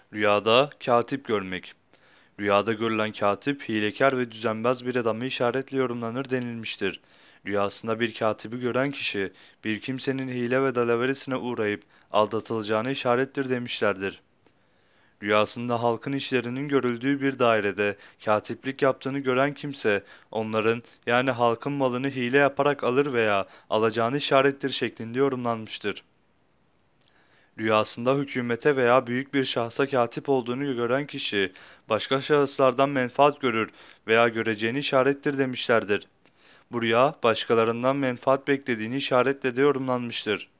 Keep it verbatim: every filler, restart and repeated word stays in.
Rüyada katip görmek. Rüyada görülen katip hilekar ve düzenbaz bir adamı işaretle yorumlanır denilmiştir. Rüyasında bir katibi gören kişi bir kimsenin hile ve dalaveresine uğrayıp aldatılacağını işarettir demişlerdir. Rüyasında halkın işlerinin görüldüğü bir dairede katiplik yaptığını gören kimse onların yani halkın malını hile yaparak alır veya alacağını işarettir şeklinde yorumlanmıştır. Rüyasında hükümete veya büyük bir şahsa katip olduğunu gören kişi, başka şahıslardan menfaat görür veya göreceğini işarettir demişlerdir. Bu rüya, başkalarından menfaat beklediğini işaretle de yorumlanmıştır.